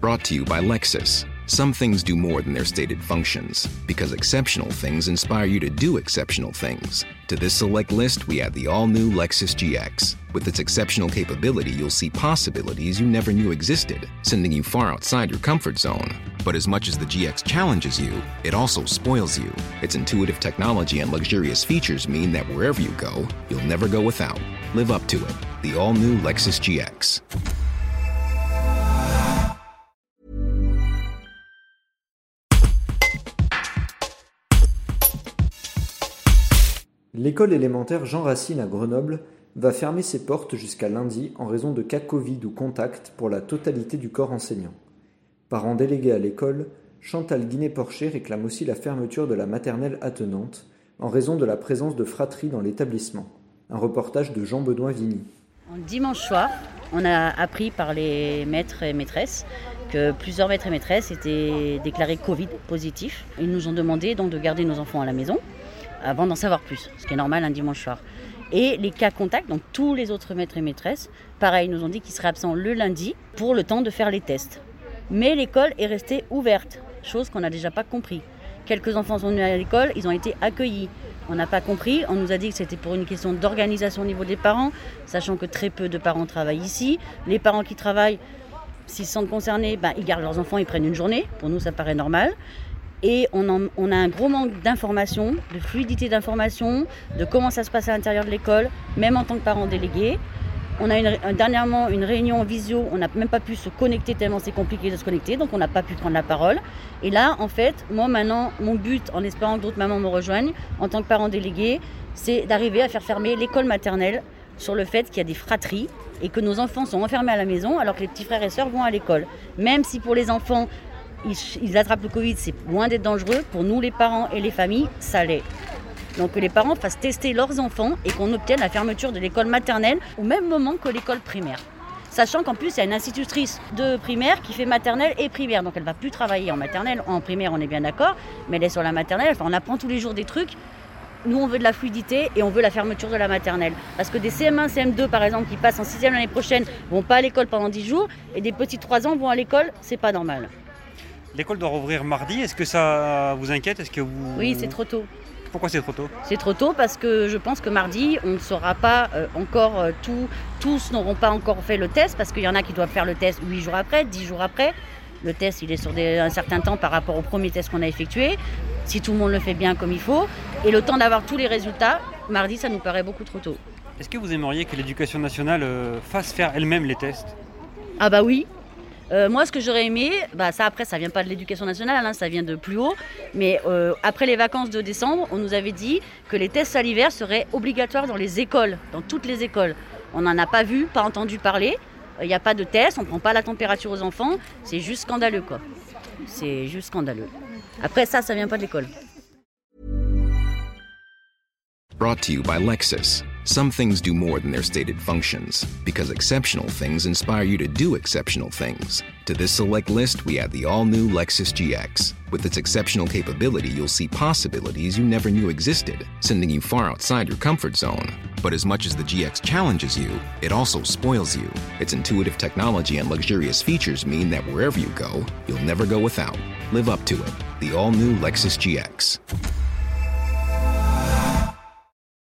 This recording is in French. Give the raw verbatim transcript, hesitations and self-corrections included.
Brought to you by Lexus. Some things do more than their stated functions, because exceptional things inspire you to do exceptional things. To this select list, we add the all-new Lexus G X. With its exceptional capability, you'll see possibilities you never knew existed, sending you far outside your comfort zone. But as much as the G X challenges you, it also spoils you. Its intuitive technology and luxurious features mean that wherever you go, you'll never go without. Live up to it. The all-new Lexus G X. L'école élémentaire Jean Racine à Grenoble va fermer ses portes jusqu'à lundi en raison de cas Covid ou contact pour la totalité du corps enseignant. Parents délégués à l'école, Chantal Guinet-Porcher réclame aussi la fermeture de la maternelle attenante en raison de la présence de fratries dans l'établissement. Un reportage de Jean-Benoît Vigny. Dimanche soir, on a appris par les maîtres et maîtresses que plusieurs maîtres et maîtresses étaient déclarés Covid positifs. Ils nous ont demandé donc de garder nos enfants à la maison avant d'en savoir plus, ce qui est normal un dimanche soir. Et les cas contacts, donc tous les autres maîtres et maîtresses, pareil, nous ont dit qu'ils seraient absents le lundi pour le temps de faire les tests. Mais l'école est restée ouverte, chose qu'on n'a déjà pas compris. Quelques enfants sont venus à l'école, ils ont été accueillis. On n'a pas compris, on nous a dit que c'était pour une question d'organisation au niveau des parents, sachant que très peu de parents travaillent ici. Les parents qui travaillent, s'ils se sentent concernés, ben, ils gardent leurs enfants, ils prennent une journée. Pour nous, ça paraît normal. Et on, en, on a un gros manque d'informations, de fluidité d'informations, de comment ça se passe à l'intérieur de l'école, même en tant que parents délégués. On a une, dernièrement une réunion en visio, on n'a même pas pu se connecter tellement c'est compliqué de se connecter, donc on n'a pas pu prendre la parole. Et là, en fait, moi maintenant, mon but, en espérant que d'autres mamans me rejoignent, en tant que parent délégué, c'est d'arriver à faire fermer l'école maternelle sur le fait qu'il y a des fratries et que nos enfants sont enfermés à la maison alors que les petits frères et sœurs vont à l'école. Même si pour les enfants, ils attrapent le Covid, c'est loin d'être dangereux. Pour nous, les parents et les familles, ça l'est. Donc que les parents fassent tester leurs enfants et qu'on obtienne la fermeture de l'école maternelle au même moment que l'école primaire. Sachant qu'en plus, il y a une institutrice de primaire qui fait maternelle et primaire. Donc elle ne va plus travailler en maternelle. En primaire, on est bien d'accord, mais elle est sur la maternelle. Enfin, on apprend tous les jours des trucs. Nous, on veut de la fluidité et on veut la fermeture de la maternelle. Parce que des C M un, C M deux, par exemple, qui passent en sixième l'année prochaine, vont pas à l'école pendant dix jours et des petits trois ans vont à l'école, c'est pas normal. L'école doit rouvrir mardi, est-ce que ça vous inquiète? Est-ce que vous... Oui, c'est trop tôt. Pourquoi c'est trop tôt? C'est trop tôt parce que je pense que mardi, on ne saura pas euh, encore euh, tout. Tous n'auront pas encore fait le test parce qu'il y en a qui doivent faire le test huit jours après, dix jours après. Le test, il est sur des, un certain temps par rapport au premier test qu'on a effectué. Si tout le monde le fait bien comme il faut. Et le temps d'avoir tous les résultats, mardi, ça nous paraît beaucoup trop tôt. Est-ce que vous aimeriez que l'éducation nationale euh, fasse faire elle-même les tests? Ah bah oui. Euh, moi, ce que j'aurais aimé, bah ça après, ça vient pas de l'éducation nationale, hein, ça vient de plus haut. Mais euh, après les vacances de décembre, on nous avait dit que les tests salivaires seraient obligatoires dans les écoles, dans toutes les écoles. On n'en a pas vu, pas entendu parler. Il n'y a pas de tests, on ne prend pas la température aux enfants. C'est juste scandaleux, quoi. C'est juste scandaleux. Après ça, ça vient pas de l'école. Brought to you by Lexus. Some things do more than their stated functions, because exceptional things inspire you to do exceptional things. To this select list, we add the all-new Lexus G X. With its exceptional capability, you'll see possibilities you never knew existed, sending you far outside your comfort zone. But as much as the G X challenges you, it also spoils you. Its intuitive technology and luxurious features mean that wherever you go, you'll never go without. Live up to it. The all-new Lexus G X.